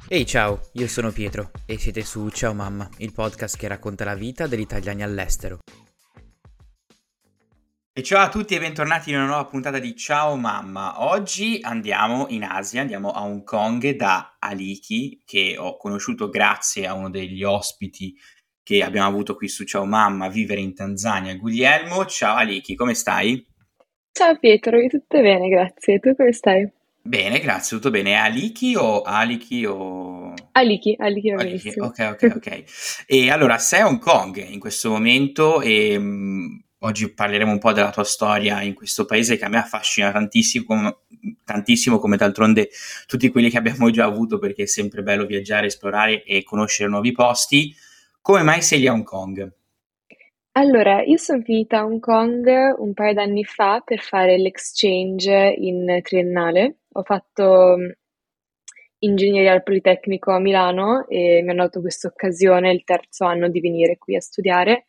Ehi ciao, io sono Pietro e siete su Ciao Mamma, il podcast che racconta la vita degli italiani all'estero. E ciao a tutti e bentornati in una nuova puntata di Ciao Mamma. Oggi andiamo in Asia, andiamo a Hong Kong da Aliki, che ho conosciuto grazie a uno degli ospiti che abbiamo avuto qui su Ciao Mamma, a vivere in Tanzania, Guglielmo. Ciao Aliki, come stai? Ciao Pietro, io tutto bene, grazie. Tu come stai? Bene, grazie, tutto bene. È Aliki o Aliki o... Aliki va Aliki, benissimo. ok. E allora, sei a Hong Kong in questo momento e oggi parleremo un po' della tua storia in questo paese che a me affascina tantissimo, tantissimo come d'altronde tutti quelli che abbiamo già avuto, perché è sempre bello viaggiare, esplorare e conoscere nuovi posti. Come mai sei lì a Hong Kong? Allora, io sono finita a Hong Kong un paio d'anni fa per fare l'exchange in triennale. Ho fatto ingegneria al Politecnico a Milano e mi hanno dato questa occasione, il terzo anno, di venire qui a studiare.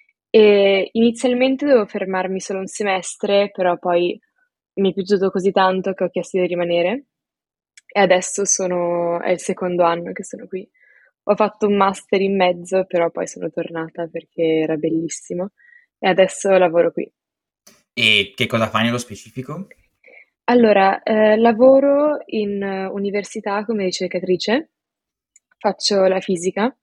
E inizialmente dovevo fermarmi solo un semestre, però poi mi è piaciuto così tanto che ho chiesto di rimanere. E adesso è il secondo anno che sono qui. Ho fatto un master in mezzo, però poi sono tornata perché era bellissimo e adesso lavoro qui. E che cosa fai nello specifico? Allora, lavoro in università come ricercatrice, faccio la fisica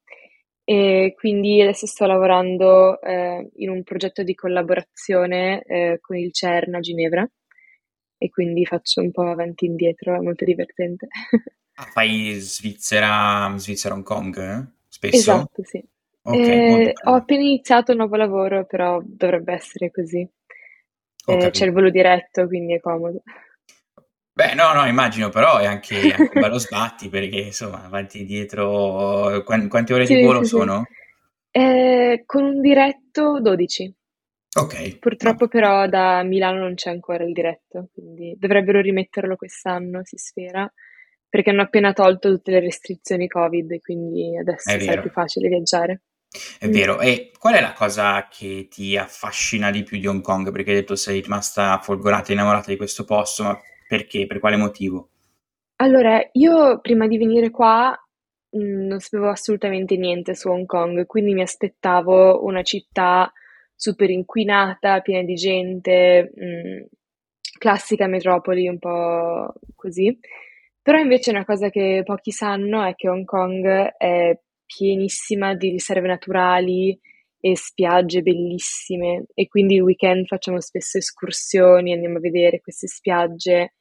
e quindi adesso sto lavorando in un progetto di collaborazione con il CERN a Ginevra e quindi faccio un po' avanti e indietro, è molto divertente. Ah, fai Svizzera Hong Kong, spesso? Esatto, sì. Ok, molto Ho bello. appena iniziato un nuovo lavoro, però dovrebbe essere così. Ho C'è il capito. volo diretto, quindi è comodo. Beh, no, immagino, però è anche un bello sbatti perché insomma, avanti e indietro, quante ore di Sì, volo sì, sì. sono? Con un diretto 12. Ok, vabbè. Purtroppo però da Milano non c'è ancora il diretto, quindi dovrebbero rimetterlo quest'anno, si spera, perché hanno appena tolto tutte le restrizioni Covid, quindi È adesso sarà più vero, facile viaggiare. è Mm. vero. E qual è la cosa che ti affascina di più di Hong Kong? Perché hai detto sei rimasta folgorata e innamorata di questo posto, ma perché? Per quale motivo? Allora, io prima di venire qua, non sapevo assolutamente niente su Hong Kong, quindi mi aspettavo una città super inquinata, piena di gente, classica metropoli, un po' così. Però invece una cosa che pochi sanno è che Hong Kong è pienissima di riserve naturali e spiagge bellissime e quindi il weekend facciamo spesso escursioni, andiamo a vedere queste spiagge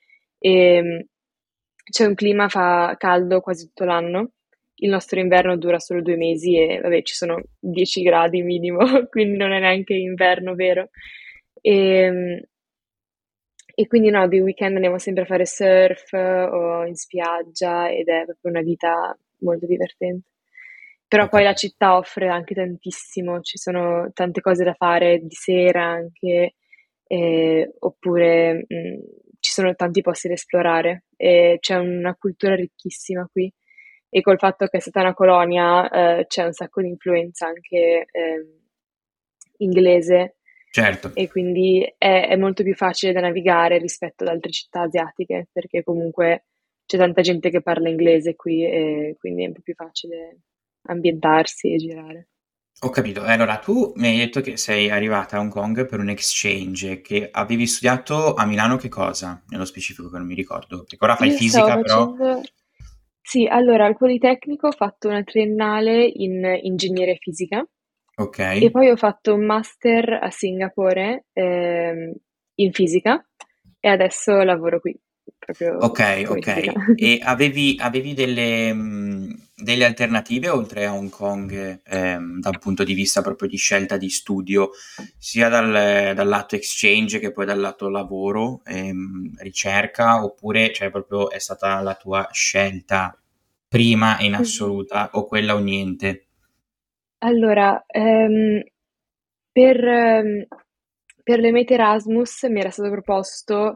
e c'è un clima, fa caldo quasi tutto l'anno. Il nostro inverno dura solo 2 mesi e vabbè, ci sono 10 gradi minimo, quindi non è neanche inverno vero. E, e quindi no, di weekend andiamo sempre a fare surf o in spiaggia ed è proprio una vita molto divertente. Però Ho poi la capito. città offre anche tantissimo, ci sono tante cose da fare di sera anche, oppure ci sono tanti posti da esplorare e c'è una cultura ricchissima qui. E col fatto che è stata una colonia, c'è un sacco di influenza anche inglese Certo. e quindi è molto più facile da navigare rispetto ad altre città asiatiche, perché comunque c'è tanta gente che parla inglese qui e quindi è un po' più facile ambientarsi e girare. Ho capito. E allora tu mi hai detto che sei arrivata a Hong Kong per un exchange, che avevi studiato a Milano che cosa? Nello specifico che non mi ricordo. Perché ora fai Io stavo fisica, però... facendo... Sì, allora al Politecnico ho fatto una triennale in ingegneria fisica Ok, e poi ho fatto un master a Singapore in fisica e adesso lavoro qui, proprio come fisica. ok. E avevi delle alternative oltre a Hong Kong, da un punto di vista proprio di scelta di studio, sia dal lato exchange che poi dal lato lavoro, ricerca, oppure cioè, proprio è stata la tua scelta prima in Mhm. assoluta o quella o niente? Allora, per, ehm, per le mete Erasmus mi era stato proposto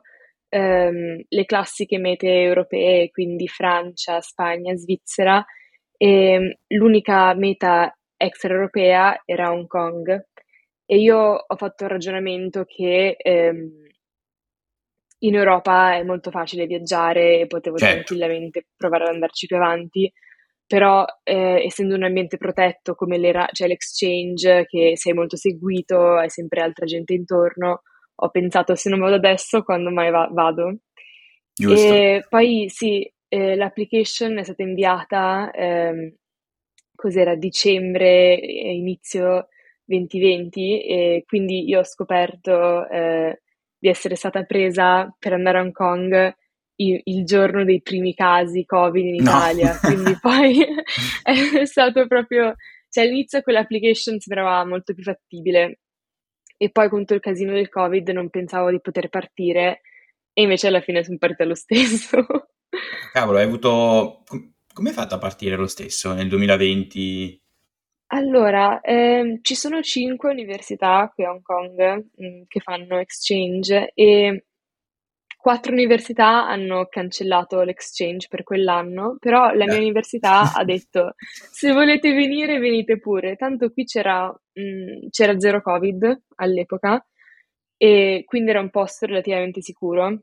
le classiche mete europee, quindi Francia, Spagna, Svizzera, e l'unica meta extraeuropea era Hong Kong. E io ho fatto il ragionamento che in Europa è molto facile viaggiare e potevo Certo. tranquillamente provare ad andarci più avanti, però essendo un ambiente protetto come cioè l'exchange, che sei molto seguito, hai sempre altra gente intorno, ho pensato se non vado adesso, quando mai vado? Giusto. E poi sì, l'application è stata inviata, cos'era, dicembre, inizio 2020, e quindi io ho scoperto di essere stata presa per andare a Hong Kong il giorno dei primi casi Covid in No. Italia, quindi poi è stato proprio, cioè all'inizio quell'application sembrava molto più fattibile e poi con tutto il casino del Covid non pensavo di poter partire e invece alla fine sono partita lo stesso. Cavolo, hai avuto... Come hai fatto a partire lo stesso nel 2020? Allora, ci sono 5 università qui a Hong Kong, che fanno exchange e 4 università hanno cancellato l'exchange per quell'anno, però la mia università ha detto: "Se volete venire, venite pure". Tanto qui c'era zero Covid all'epoca e quindi era un posto relativamente sicuro.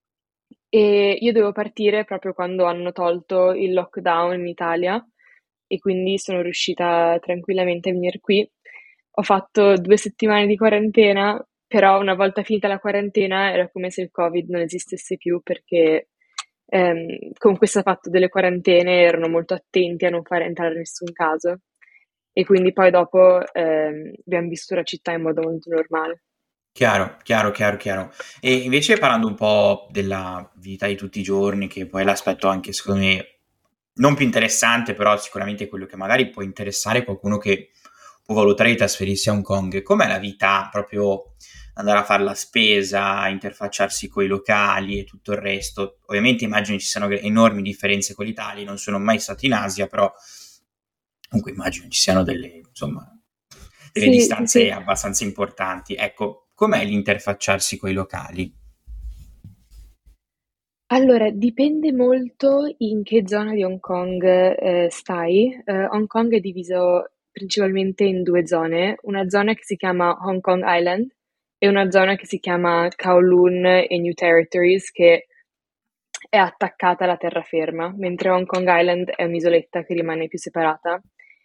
E io dovevo partire proprio quando hanno tolto il lockdown in Italia e quindi sono riuscita tranquillamente a venire qui. Ho fatto 2 settimane di quarantena, però una volta finita la quarantena era come se il Covid non esistesse più perché con questo fatto delle quarantene erano molto attenti a non fare entrare nessun caso e quindi poi dopo abbiamo vissuto la città in modo molto normale. Chiaro, chiaro, chiaro, chiaro. E invece parlando un po' della vita di tutti i giorni, che poi è l'aspetto anche secondo me non più interessante, però sicuramente quello che magari può interessare qualcuno che può valutare di trasferirsi a Hong Kong. Com'è la vita proprio andare a fare la spesa, interfacciarsi coi locali e tutto il resto? Ovviamente immagino ci siano enormi differenze con l'Italia, non sono mai stato in Asia, però comunque immagino ci siano delle, insomma, delle Sì, sì, distanze sì. abbastanza importanti. Ecco, com'è l'interfacciarsi coi locali? Allora, dipende molto in che zona di Hong Kong stai. Hong Kong è diviso principalmente in due zone, una zona che si chiama Hong Kong Island e una zona che si chiama Kowloon e New Territories, che è attaccata alla terraferma, mentre Hong Kong Island è un'isoletta che rimane più separata.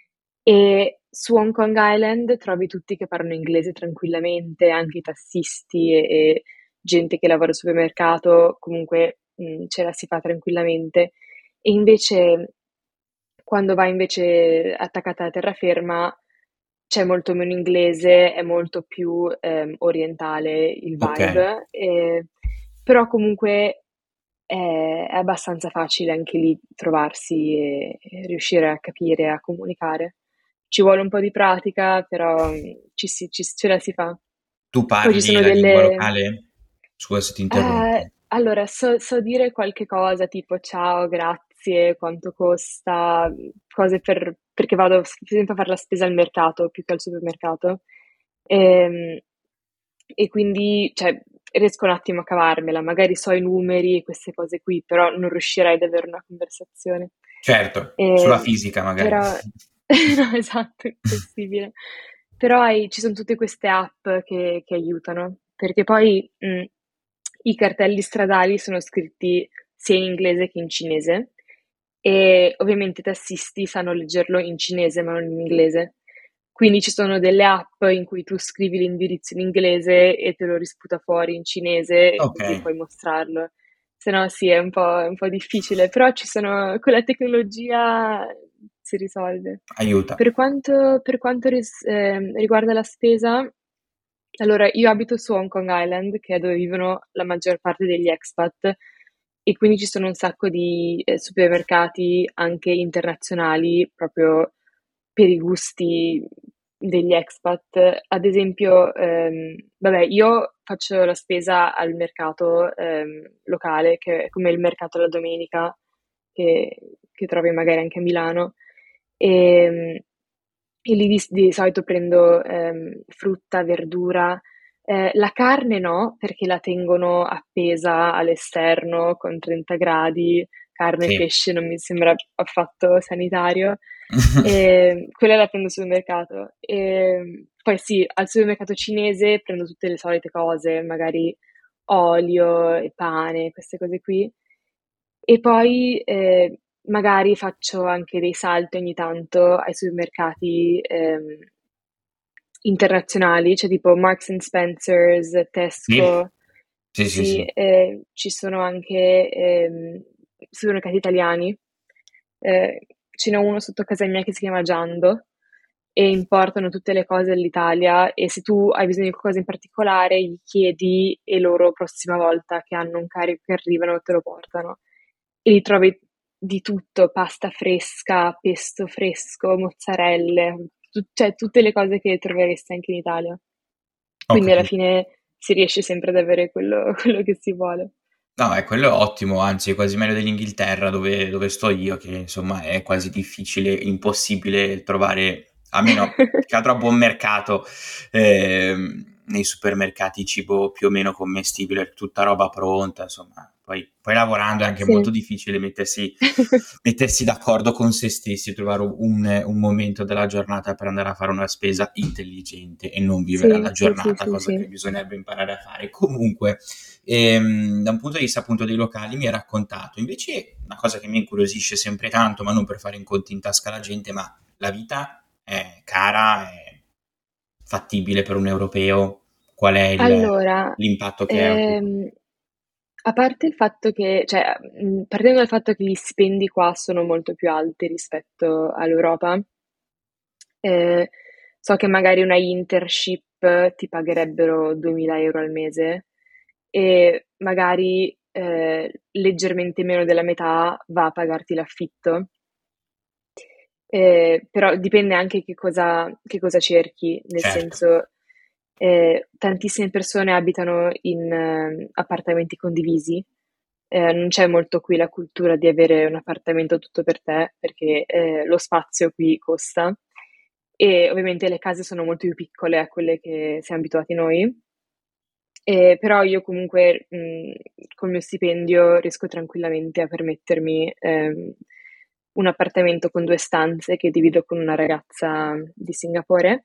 E su Hong Kong Island trovi tutti che parlano inglese tranquillamente, anche i tassisti e gente che lavora al supermercato, comunque ce la si fa tranquillamente. E invece, quando vai invece attaccata alla terraferma, c'è molto meno inglese, è molto più orientale il Ok, vibe, però comunque è abbastanza facile anche lì trovarsi e riuscire a capire, a comunicare. Ci vuole un po' di pratica, però ce la si fa. tu Poi ci parli sono la lingua delle... locale? Scusa se ti interrompo. allora, so dire qualche cosa tipo ciao, grazie, quanto costa, cose perché vado sempre a fare la spesa al mercato più che al supermercato. Ehm, E, quindi, cioè, riesco un attimo a cavarmela, magari so i numeri e queste cose qui, però non riuscirei ad avere una conversazione. Certo, sulla Ehm, fisica magari. però, no, esatto, impossibile. Però ci sono tutte queste app che aiutano, perché poi i cartelli stradali sono scritti sia in inglese che in cinese e ovviamente i tassisti sanno leggerlo in cinese ma non in inglese. Quindi ci sono delle app in cui tu scrivi l'indirizzo in inglese e te lo risputa fuori in cinese e Ok, così puoi mostrarlo. Se no sì, è un po' difficile, però con la tecnologia si risolve. aiuta. Per quanto riguarda la spesa, allora io abito su Hong Kong Island, che è dove vivono la maggior parte degli expat, e quindi ci sono un sacco di supermercati anche internazionali, proprio per i gusti degli expat. Ad esempio, vabbè, io faccio la spesa al mercato locale, che è come il mercato la domenica, che trovi magari anche a Milano. E, e lì di solito prendo frutta, verdura. La carne no, perché la tengono appesa all'esterno con 30 gradi. Carne e Sì. pesce non mi sembra affatto sanitario. Quella la prendo al supermercato. Poi sì, al supermercato cinese prendo tutte le solite cose, magari olio e pane, queste cose qui. E poi magari faccio anche dei salti ogni tanto ai supermercati internazionali, cioè tipo Marks and Spencer's, Sì, Tesco. sì, sì, Sì, sì. ci sono anche supermercati italiani. Ce n'è uno sotto casa mia che si chiama Giando e importano tutte le cose dall'Italia e se tu hai bisogno di qualcosa in particolare gli chiedi e loro prossima volta che hanno un carico che arrivano te lo portano. E li trovi di tutto, pasta fresca, pesto fresco, mozzarelle, cioè tutte le cose che troveresti anche in Italia. Ho Quindi alla capito. fine si riesce sempre ad avere quello, quello che si vuole. No, quello è ottimo, anzi è quasi meglio dell'Inghilterra dove sto io, che insomma è quasi difficile, impossibile trovare, almeno che altro a buon mercato, nei supermercati cibo più o meno commestibile, tutta roba pronta, insomma. Poi lavorando è anche Sì. molto difficile mettersi d'accordo con se stessi, trovare un momento della giornata per andare a fare una spesa intelligente e non vivere Sì, alla sì, sì, giornata, sì, cosa che sì. bisognerebbe imparare a fare. Comunque, da un punto di vista appunto dei locali mi hai raccontato, invece una cosa che mi incuriosisce sempre tanto, ma non per fare inconti in tasca alla gente, ma la vita è cara, è fattibile per un europeo, qual è Allora, l'impatto che ha avuto? ehm, a parte il fatto che, cioè, partendo dal fatto che gli stipendi qua sono molto più alti rispetto all'Europa, eh, so che magari una internship ti pagherebbero 2000 euro al mese e magari leggermente meno della metà va a pagarti l'affitto. Però dipende anche che cosa cerchi, nel Certo, senso, tantissime persone abitano in appartamenti condivisi. Non c'è molto qui la cultura di avere un appartamento tutto per te, perché lo spazio qui costa. E ovviamente le case sono molto più piccole a quelle che siamo abituati noi. Però io comunque col mio stipendio riesco tranquillamente a permettermi un appartamento con 2 stanze che divido con una ragazza di Singapore.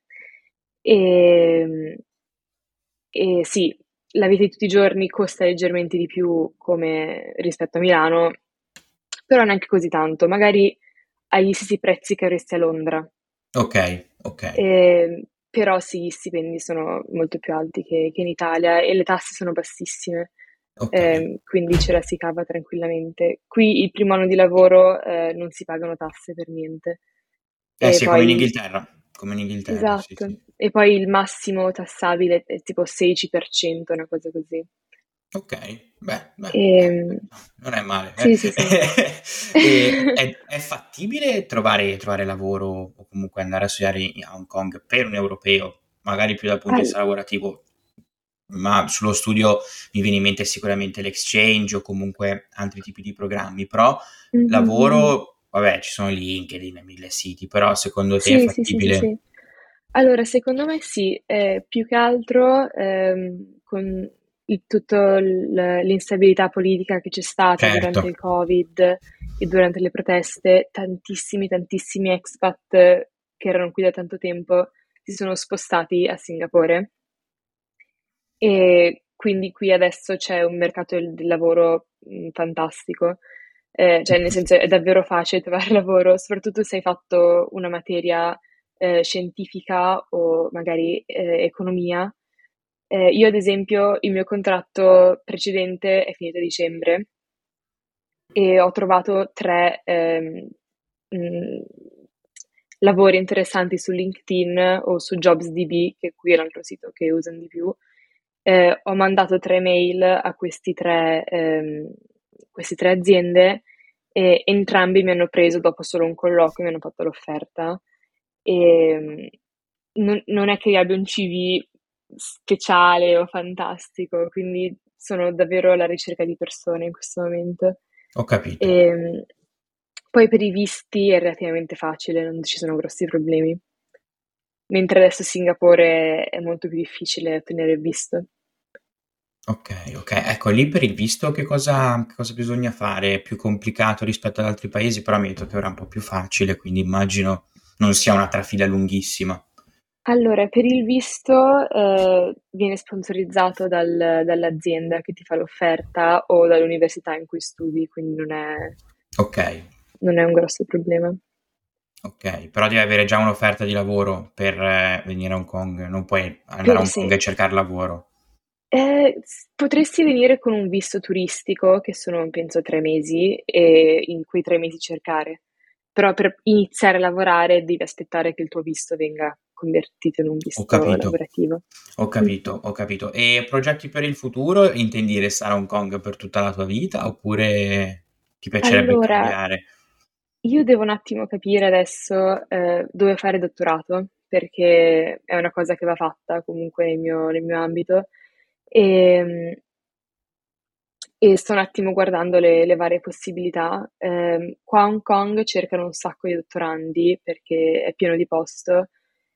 E, e sì, la vita di tutti i giorni costa leggermente di più come rispetto a Milano, però neanche così tanto. Magari agli stessi prezzi che avresti a Londra. ok, ok, Però sì, gli stipendi sono molto più alti che in Italia e le tasse sono bassissime, ok. quindi ce la si cava tranquillamente. Qui il primo anno di lavoro non si pagano tasse per niente. Eh E sì, poi, come in Inghilterra, sì, esatto, sì. e poi il massimo tassabile è tipo 16%, una cosa così. Ok, beh, Ehm, non è male. sì, sì, sì. E è fattibile trovare lavoro o comunque andare a studiare a Hong Kong per un europeo, magari più dal punto di Al- vista lavorativo, ma sullo studio mi viene in mente sicuramente l'exchange o comunque altri tipi di programmi, però Mhm, mhm. lavoro, vabbè, ci sono LinkedIn e mille siti, però secondo te è Sì, sì, sì, sì, fattibile? sì. Allora, secondo me sì, più che altro con l'instabilità politica che c'è stata Certo, durante il Covid e durante le proteste, tantissimi, tantissimi expat che erano qui da tanto tempo si sono spostati a Singapore e quindi qui adesso c'è un mercato del lavoro fantastico. Cioè nel senso è davvero facile trovare lavoro, soprattutto se hai fatto una materia scientifica o magari economia. Io ad esempio il mio contratto precedente è finito a dicembre e ho trovato tre mh, lavori interessanti su LinkedIn o su JobsDB, che qui è l'altro sito che usano di più. Ho mandato 3 mail a queste tre aziende e entrambi mi hanno preso dopo solo un colloquio, mi hanno fatto l'offerta. E non è che io abbia un CV speciale o fantastico, quindi sono davvero alla ricerca di persone in questo momento. ho capito. E, poi per i visti è relativamente facile, non ci sono grossi problemi. Mentre adesso Singapore è molto più difficile ottenere il visto. Ok, ok. Ecco, lì per il visto che cosa bisogna fare? È più complicato rispetto ad altri paesi, però mi ha detto che ora è un po' più facile, quindi immagino non sia una trafila lunghissima. Allora, per il visto viene sponsorizzato dall'azienda che ti fa l'offerta o dall'università in cui studi, quindi Ok, non è un grosso problema. ok, però devi avere già un'offerta di lavoro per venire a Hong Kong, non puoi andare a Hong Kong Sì. e cercare lavoro. Potresti venire con un visto turistico, che sono penso 3 mesi, e in quei 3 mesi cercare. Però per iniziare a lavorare devi aspettare che il tuo visto venga convertito in un Ho visto capito, lavorativo. ho Mm. capito, ho capito. E progetti per il futuro? Intendi restare a Hong Kong per tutta la tua vita oppure ti piacerebbe Allora, cambiare? io devo un attimo capire adesso dove fare dottorato, perché è una cosa che va fatta comunque nel mio ambito. E, e sto un attimo guardando le varie possibilità. Qua a Hong Kong cercano un sacco di dottorandi perché è pieno di posto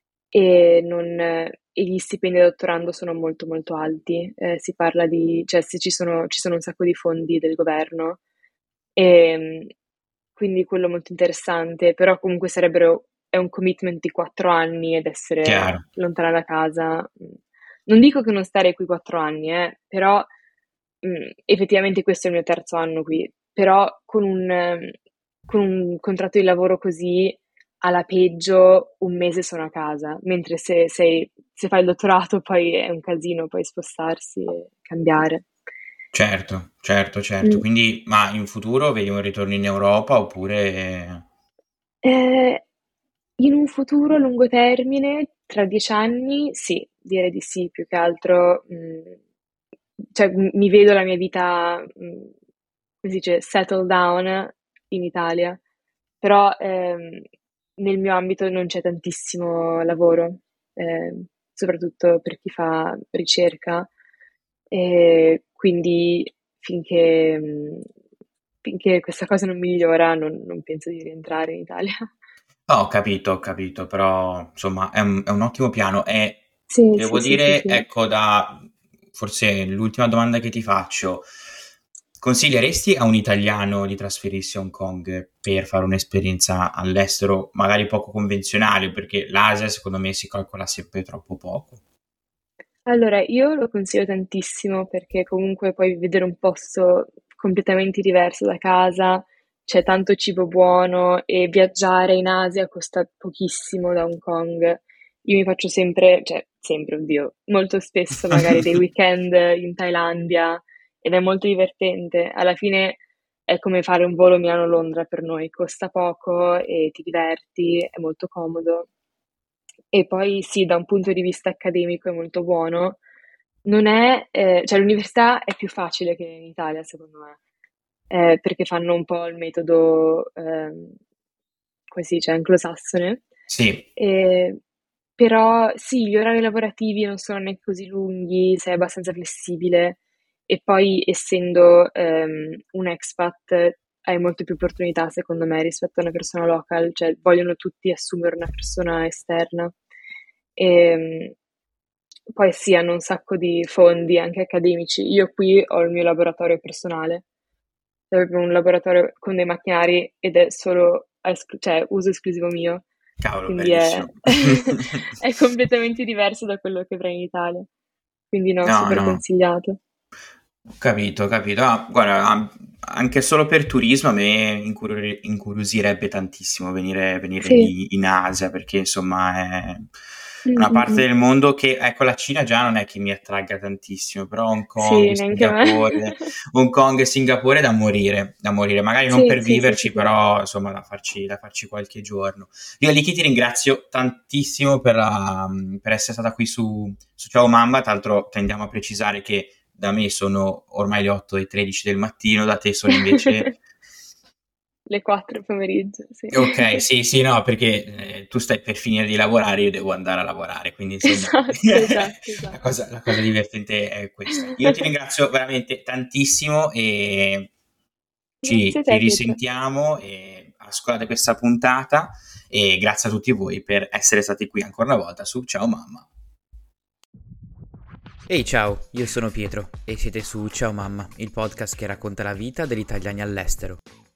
e gli stipendi da dottorando sono molto molto alti. Si parla cioè se ci sono un sacco di fondi del governo, e quindi quello è molto interessante, però comunque è un commitment di 4 anni ed Chiaro, essere lontana da casa. Non dico che non starei qui 4 anni, però effettivamente questo è il mio terzo anno qui, però con un contratto di lavoro così, alla peggio un mese sono a casa, mentre se fai il dottorato poi è un casino poi spostarsi e cambiare. certo, certo, certo. Mm. Quindi, ma in futuro vedi un ritorno in Europa oppure... Eh, In un futuro a lungo termine, tra 10 anni, sì, direi di sì, più che altro, cioè mi vedo la mia vita, come si dice, settle down in Italia, però nel mio ambito non c'è tantissimo lavoro, soprattutto per chi fa ricerca, e quindi finché, finché questa cosa non migliora non penso di rientrare in Italia. Ah, ho capito, però insomma è un ottimo piano e Sì, sì, devo sì, sì, dire, sì. ecco, forse l'ultima domanda che ti faccio, consiglieresti a un italiano di trasferirsi a Hong Kong per fare un'esperienza all'estero, magari poco convenzionale, perché l'Asia secondo me si calcola sempre troppo poco. Allora, io lo consiglio tantissimo perché comunque puoi vedere un posto completamente diverso da casa, c'è tanto cibo buono e viaggiare in Asia costa pochissimo da Hong Kong. Io mi faccio sempre, cioè sempre, oddio, molto spesso magari dei weekend in Thailandia ed è molto divertente. Alla fine è come fare un volo Milano-Londra per noi, costa poco e ti diverti, è molto comodo. E poi sì, da un punto di vista accademico è molto buono. Non è, cioè l'università è più facile che in Italia, secondo me, perché fanno un po' il metodo, come si dice, anglosassone. Sì, E- Però sì, gli orari lavorativi non sono neanche così lunghi, sei abbastanza flessibile e poi essendo un expat hai molte più opportunità, secondo me, rispetto a una persona local, cioè vogliono tutti assumere una persona esterna. E, poi sì, hanno un sacco di fondi anche accademici. Io qui ho il mio laboratorio personale, cioè proprio un laboratorio con dei macchinari ed è solo cioè, uso esclusivo mio, cavolo, quindi è, bellissimo. è completamente diverso da quello che avrei in Italia. Quindi no, No, super no. consigliato. Ho capito, ho capito. Ah, guarda, anche solo per turismo a me incuriosirebbe tantissimo venire Sì. lì in Asia, perché insomma è Mm, una mm, parte mm. del mondo che, ecco, la Cina già non è che mi attragga tantissimo, però Sì, neanche a me. Hong Kong e Singapore è da morire, da morire. Magari non Sì, per sì, sì, sì, viverci, sì. però insomma da farci qualche giorno. Io Liki ti ringrazio tantissimo per essere stata qui su Ciao Mamma, tra l'altro tendiamo a precisare che da me sono ormai le 8:13 del mattino, da te sono invece... Le 4 pomeriggio, sì. Ok, sì, sì, no, perché tu stai per finire di lavorare, io devo andare a lavorare, quindi insomma Esatto, esatto, esatto. la cosa divertente è questa. Io ti ringrazio veramente tantissimo e Grazie a ci te, Pietro. risentiamo e ascoltate questa puntata e grazie a tutti voi per essere stati qui ancora una volta su Ciao Mamma. Ehi ciao, io sono Pietro e siete su Ciao Mamma, il podcast che racconta la vita degli italiani all'estero.